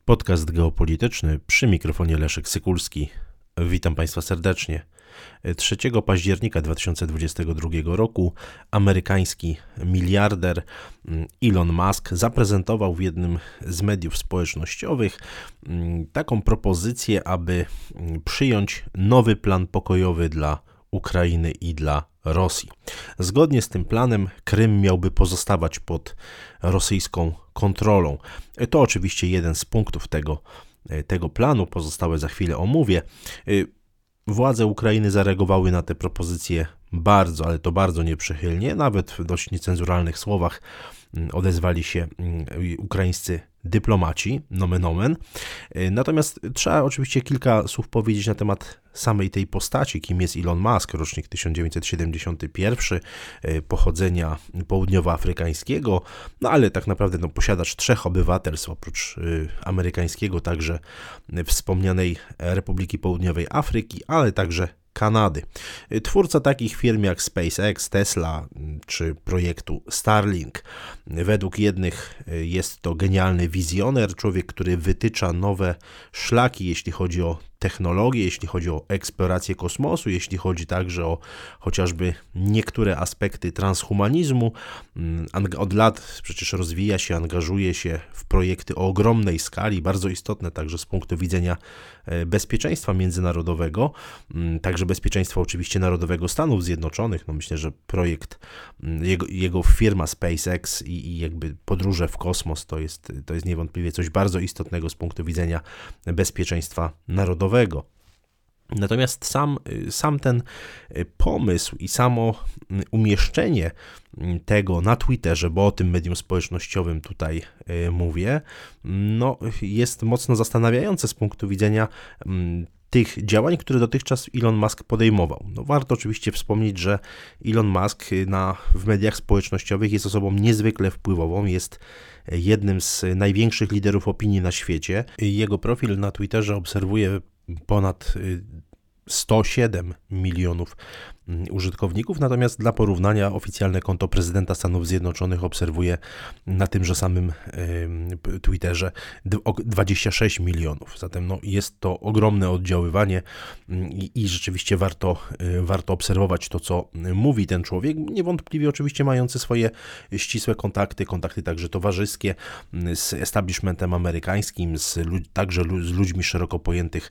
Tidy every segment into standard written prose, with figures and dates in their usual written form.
Podcast geopolityczny przy mikrofonie Leszek Sykulski. Witam Państwa serdecznie. 3 października 2022 roku amerykański miliarder Elon Musk zaprezentował w jednym z mediów społecznościowych taką propozycję, aby przyjąć nowy plan pokojowy dla Ukrainy i dla Rosji. Zgodnie z tym planem Krym miałby pozostawać pod rosyjską kontrolą. To oczywiście jeden z punktów tego planu, pozostałe za chwilę omówię. Władze Ukrainy zareagowały na te propozycje bardzo, ale to bardzo nieprzychylnie, nawet w dość niecenzuralnych słowach odezwali się ukraińscy dyplomaci, nomen omen. Natomiast trzeba oczywiście kilka słów powiedzieć na temat samej tej postaci, kim jest Elon Musk, rocznik 1971, pochodzenia południowoafrykańskiego, ale tak naprawdę posiadacz 3 obywatelstw, oprócz amerykańskiego, także wspomnianej Republiki Południowej Afryki, ale także Kanady. Twórca takich firm jak SpaceX, Tesla czy projektu Starlink. Według jednych jest to genialny wizjoner, człowiek, który wytycza nowe szlaki, jeśli chodzi o technologię, jeśli chodzi o eksplorację kosmosu, jeśli chodzi także o chociażby niektóre aspekty transhumanizmu. Od lat przecież rozwija się, angażuje się w projekty o ogromnej skali, bardzo istotne także z punktu widzenia bezpieczeństwa międzynarodowego, także bezpieczeństwa oczywiście narodowego Stanów Zjednoczonych. Myślę, że projekt, jego firma SpaceX i jakby podróże w kosmos to jest niewątpliwie coś bardzo istotnego z punktu widzenia bezpieczeństwa narodowego. Natomiast sam ten pomysł i samo umieszczenie tego na Twitterze, bo o tym medium społecznościowym tutaj mówię, jest mocno zastanawiające z punktu widzenia tych działań, które dotychczas Elon Musk podejmował. Warto oczywiście wspomnieć, że Elon Musk w mediach społecznościowych jest osobą niezwykle wpływową, jest jednym z największych liderów opinii na świecie. Jego profil na Twitterze obserwuje ponad 107 milionów użytkowników, natomiast dla porównania oficjalne konto prezydenta Stanów Zjednoczonych obserwuje na tymże samym Twitterze 26 milionów. Zatem jest to ogromne oddziaływanie i rzeczywiście warto obserwować to, co mówi ten człowiek, niewątpliwie oczywiście mający swoje ścisłe kontakty także towarzyskie z establishmentem amerykańskim, także z ludźmi szeroko pojętych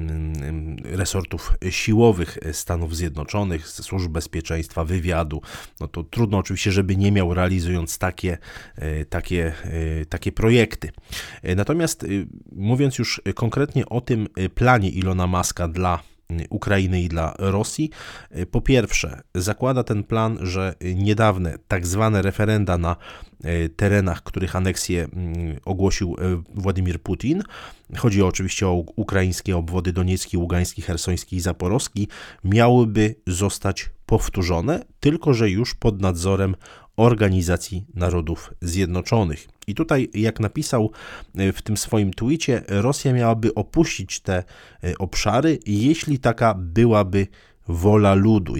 resortów siłowych Stanów Zjednoczonych, ze służb bezpieczeństwa, wywiadu. To trudno oczywiście, żeby nie miał, realizując takie projekty. Natomiast mówiąc już konkretnie o tym planie Elona Muska dla Ukrainy i dla Rosji, po pierwsze zakłada ten plan, że niedawne tak zwane referenda na terenach, których aneksję ogłosił Władimir Putin, chodzi oczywiście o ukraińskie obwody doniecki, ługański, hersoński i zaporowski, miałyby zostać powtórzone, tylko że już pod nadzorem Organizacji Narodów Zjednoczonych. I tutaj, jak napisał w tym swoim twicie, Rosja miałaby opuścić te obszary, jeśli taka byłaby wola ludu,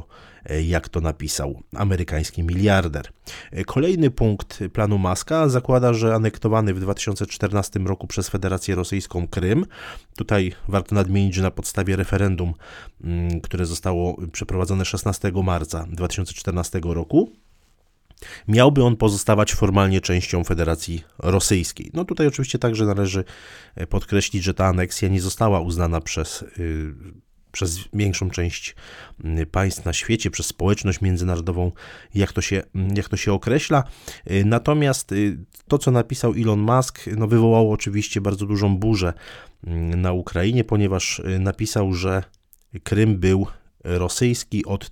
jak to napisał amerykański miliarder. Kolejny punkt planu Muska zakłada, że anektowany w 2014 roku przez Federację Rosyjską Krym, tutaj warto nadmienić, że na podstawie referendum, które zostało przeprowadzone 16 marca 2014 roku, miałby on pozostawać formalnie częścią Federacji Rosyjskiej. Tutaj oczywiście także należy podkreślić, że ta aneksja nie została uznana przez większą część państw na świecie, przez społeczność międzynarodową, jak to się określa. Natomiast to, co napisał Elon Musk, wywołało oczywiście bardzo dużą burzę na Ukrainie, ponieważ napisał, że Krym był rosyjski od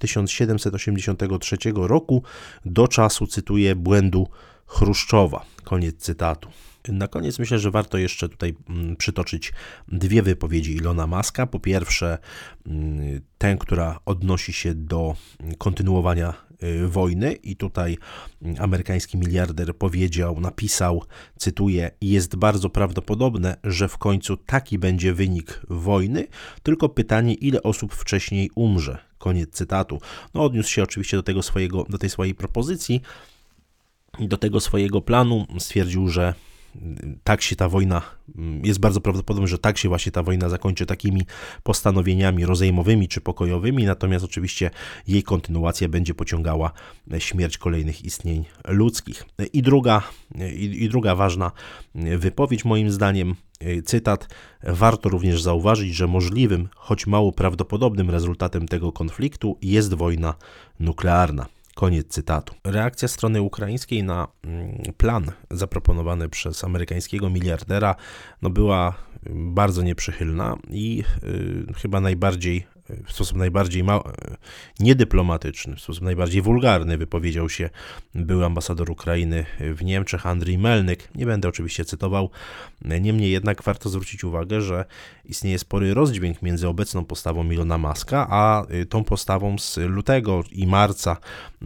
1783 roku do czasu, cytuję, błędu Chruszczowa. Koniec cytatu. Na koniec myślę, że warto jeszcze tutaj przytoczyć 2 wypowiedzi Elona Muska. Po pierwsze, tę, która odnosi się do kontynuowania wojny i tutaj amerykański miliarder napisał, cytuję, jest bardzo prawdopodobne, że w końcu taki będzie wynik wojny, tylko pytanie, ile osób wcześniej umrze. Koniec cytatu. Odniósł się oczywiście do tej swojej propozycji, do tego swojego planu, stwierdził, że tak się ta wojna, jest bardzo prawdopodobne, że tak się właśnie ta wojna zakończy takimi postanowieniami rozejmowymi czy pokojowymi, natomiast oczywiście jej kontynuacja będzie pociągała śmierć kolejnych istnień ludzkich. I druga ważna wypowiedź moim zdaniem, cytat: warto również zauważyć, że możliwym, choć mało prawdopodobnym rezultatem tego konfliktu jest wojna nuklearna. Koniec cytatu. Reakcja strony ukraińskiej na plan zaproponowany przez amerykańskiego miliardera była bardzo nieprzychylna i chyba w sposób najbardziej niedyplomatyczny, w sposób najbardziej wulgarny wypowiedział się były ambasador Ukrainy w Niemczech Andrii Melnyk. Nie będę oczywiście cytował, niemniej jednak warto zwrócić uwagę, że istnieje spory rozdźwięk między obecną postawą Ilona Muska, a tą postawą z lutego i marca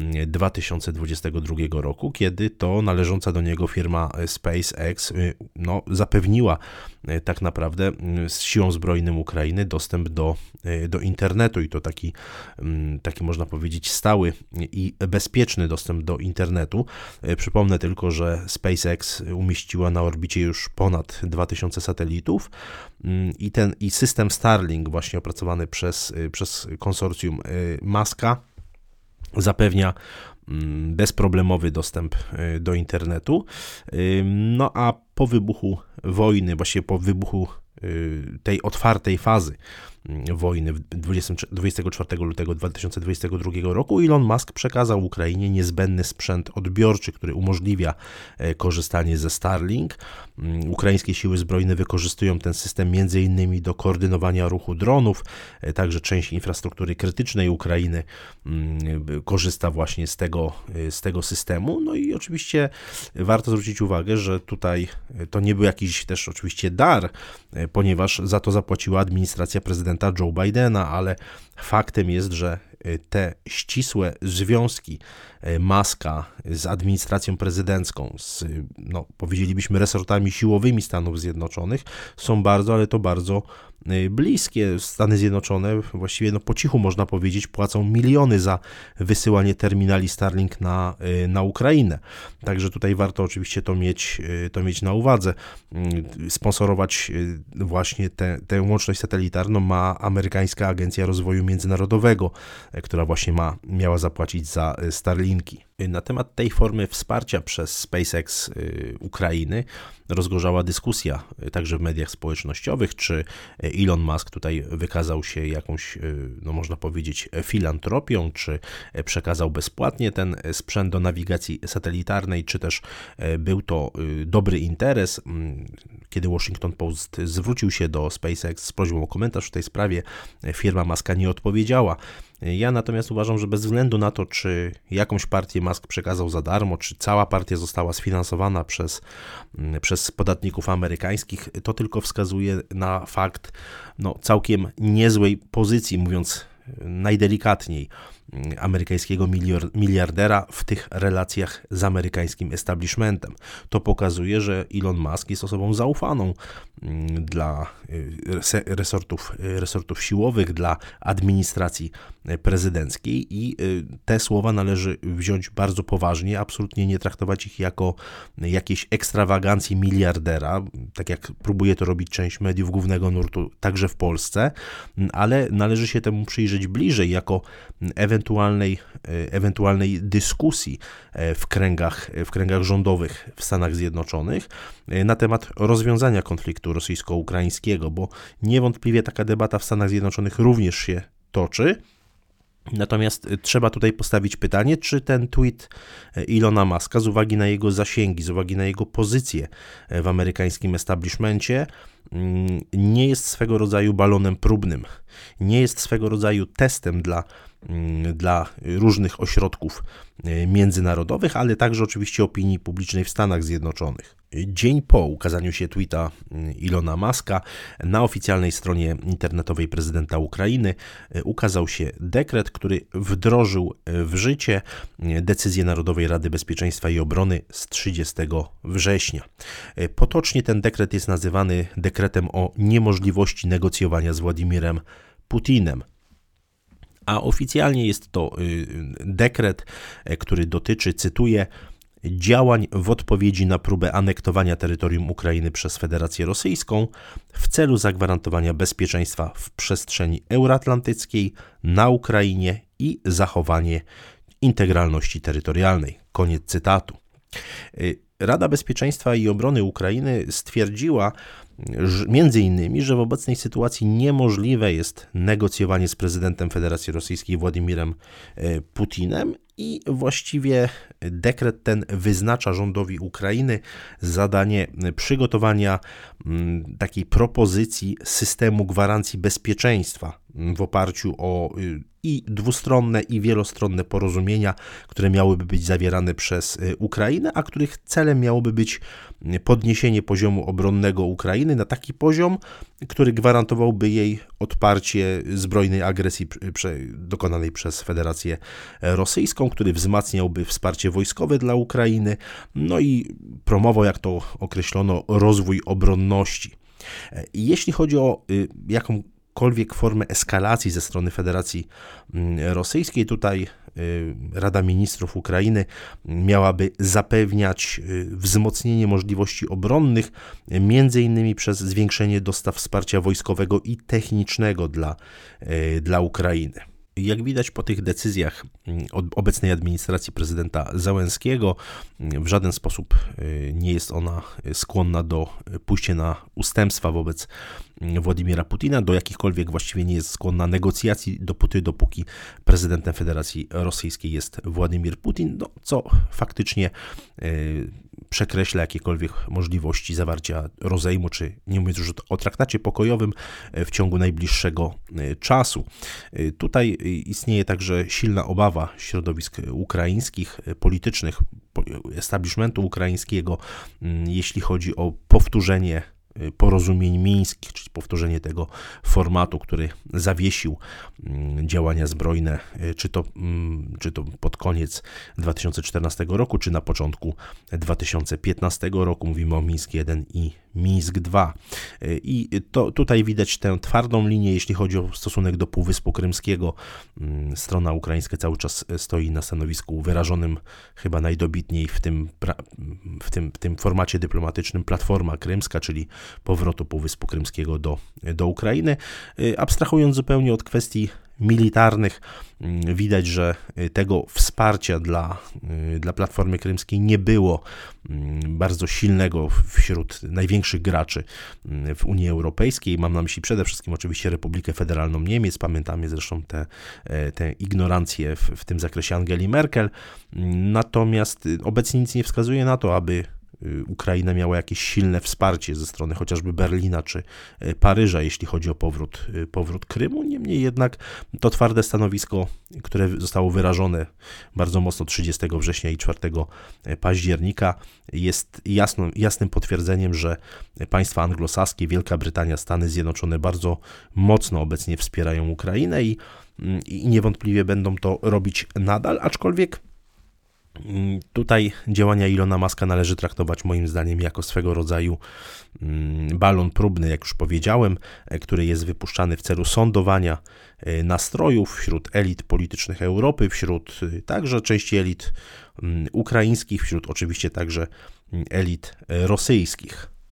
2022 roku, kiedy to należąca do niego firma SpaceX zapewniła tak naprawdę z siłom zbrojnym Ukrainy dostęp do internetu i to taki można powiedzieć stały i bezpieczny dostęp do internetu. Przypomnę tylko, że SpaceX umieściła na orbicie już ponad 2000 satelitów i system Starlink właśnie opracowany przez konsorcjum Muska zapewnia bezproblemowy dostęp do internetu. A po wybuchu wojny, właściwie po wybuchu tej otwartej fazy wojny 24 lutego 2022 roku Elon Musk przekazał Ukrainie niezbędny sprzęt odbiorczy, który umożliwia korzystanie ze Starlink. Ukraińskie siły zbrojne wykorzystują ten system m.in. do koordynowania ruchu dronów, także część infrastruktury krytycznej Ukrainy korzysta właśnie z tego systemu. I oczywiście warto zwrócić uwagę, że tutaj to nie był jakiś też oczywiście dar, ponieważ za to zapłaciła administracja prezydenta Joe Bidena, ale faktem jest, że te ścisłe związki Muska z administracją prezydencką, powiedzielibyśmy resortami siłowymi Stanów Zjednoczonych, są bardzo, ale to bardzo bliskie. Stany Zjednoczone właściwie po cichu można powiedzieć płacą miliony za wysyłanie terminali Starlink na Ukrainę. Także tutaj warto oczywiście to mieć na uwadze. Sponsorować właśnie tę łączność satelitarną ma amerykańska Agencja Rozwoju Międzynarodowego, która właśnie miała zapłacić za Starlinki. Na temat tej formy wsparcia przez SpaceX Ukrainy rozgorzała dyskusja także w mediach społecznościowych, czy Elon Musk tutaj wykazał się jakąś, można powiedzieć, filantropią, czy przekazał bezpłatnie ten sprzęt do nawigacji satelitarnej, czy też był to dobry interes. Kiedy Washington Post zwrócił się do SpaceX z prośbą o komentarz w tej sprawie, firma Muska nie odpowiedziała. Ja natomiast uważam, że bez względu na to, czy jakąś partię Musk przekazał za darmo, czy cała partia została sfinansowana przez podatników amerykańskich, to tylko wskazuje na fakt całkiem niezłej pozycji, mówiąc najdelikatniej, amerykańskiego miliardera w tych relacjach z amerykańskim establishmentem. To pokazuje, że Elon Musk jest osobą zaufaną dla resortów siłowych, dla administracji prezydenckiej i te słowa należy wziąć bardzo poważnie, absolutnie nie traktować ich jako jakiejś ekstrawagancji miliardera, tak jak próbuje to robić część mediów głównego nurtu także w Polsce, ale należy się temu przyjrzeć bliżej jako ewentualnej dyskusji w kręgach rządowych w Stanach Zjednoczonych na temat rozwiązania konfliktu rosyjsko-ukraińskiego, bo niewątpliwie taka debata w Stanach Zjednoczonych również się toczy. Natomiast trzeba tutaj postawić pytanie, czy ten tweet Elona Muska z uwagi na jego zasięgi, z uwagi na jego pozycję w amerykańskim establishmencie nie jest swego rodzaju balonem próbnym, nie jest swego rodzaju testem dla różnych ośrodków międzynarodowych, ale także oczywiście opinii publicznej w Stanach Zjednoczonych. Dzień po ukazaniu się tweeta Elona Muska na oficjalnej stronie internetowej prezydenta Ukrainy ukazał się dekret, który wdrożył w życie decyzję Narodowej Rady Bezpieczeństwa i Obrony z 30 września. Potocznie ten dekret jest nazywany dekretem o niemożliwości negocjowania z Władimirem Putinem. A oficjalnie jest to dekret, który dotyczy, cytuję, działań w odpowiedzi na próbę anektowania terytorium Ukrainy przez Federację Rosyjską w celu zagwarantowania bezpieczeństwa w przestrzeni euroatlantyckiej, na Ukrainie i zachowanie integralności terytorialnej. Koniec cytatu. Rada Bezpieczeństwa i Obrony Ukrainy stwierdziła między innymi, że w obecnej sytuacji niemożliwe jest negocjowanie z prezydentem Federacji Rosyjskiej Władimirem Putinem i właściwie dekret ten wyznacza rządowi Ukrainy zadanie przygotowania takiej propozycji systemu gwarancji bezpieczeństwa w oparciu o i dwustronne, i wielostronne porozumienia, które miałyby być zawierane przez Ukrainę, a których celem miałoby być podniesienie poziomu obronnego Ukrainy na taki poziom, który gwarantowałby jej odparcie zbrojnej agresji dokonanej przez Federację Rosyjską, który wzmacniałby wsparcie wojskowe dla Ukrainy, no i promował, jak to określono, rozwój obronności. Jeśli chodzi o jakąkolwiek formę eskalacji ze strony Federacji Rosyjskiej, tutaj Rada Ministrów Ukrainy miałaby zapewniać wzmocnienie możliwości obronnych, między innymi przez zwiększenie dostaw wsparcia wojskowego i technicznego dla Ukrainy. Jak widać po tych decyzjach obecnej administracji prezydenta Zełenskiego, w żaden sposób nie jest ona skłonna do pójścia na ustępstwa wobec Władimira Putina, do jakichkolwiek właściwie nie jest skłonna negocjacji dopóki prezydentem Federacji Rosyjskiej jest Władimir Putin, co faktycznie przekreśla jakiekolwiek możliwości zawarcia rozejmu, czy nie mówiąc już o traktacie pokojowym w ciągu najbliższego czasu. Tutaj istnieje także silna obawa środowisk ukraińskich, politycznych, establishmentu ukraińskiego, jeśli chodzi o powtórzenie porozumień mińskich, czyli powtórzenie tego formatu, który zawiesił działania zbrojne, czy to pod koniec 2014 roku, czy na początku 2015 roku. Mówimy o Mińsk I i Mińsk II. I tutaj widać tę twardą linię, jeśli chodzi o stosunek do Półwyspu Krymskiego. Strona ukraińska cały czas stoi na stanowisku wyrażonym chyba najdobitniej w tym formacie dyplomatycznym Platforma Krymska, czyli powrotu Półwyspu Krymskiego do Ukrainy. Abstrahując zupełnie od kwestii militarnych, widać, że tego wsparcia dla Platformy Krymskiej nie było bardzo silnego wśród największych graczy w Unii Europejskiej. Mam na myśli przede wszystkim oczywiście Republikę Federalną Niemiec. Pamiętamy zresztą tę ignorancję w tym zakresie Angeli Merkel. Natomiast obecnie nic nie wskazuje na to, aby Ukraina miała jakieś silne wsparcie ze strony chociażby Berlina czy Paryża, jeśli chodzi o powrót Krymu. Niemniej jednak to twarde stanowisko, które zostało wyrażone bardzo mocno 30 września i 4 października, jest jasnym potwierdzeniem, że państwa anglosaskie, Wielka Brytania, Stany Zjednoczone bardzo mocno obecnie wspierają Ukrainę i niewątpliwie będą to robić nadal, aczkolwiek tutaj działania Ilona Muska należy traktować moim zdaniem jako swego rodzaju balon próbny, jak już powiedziałem, który jest wypuszczany w celu sondowania nastrojów wśród elit politycznych Europy, wśród także części elit ukraińskich, wśród oczywiście także elit rosyjskich.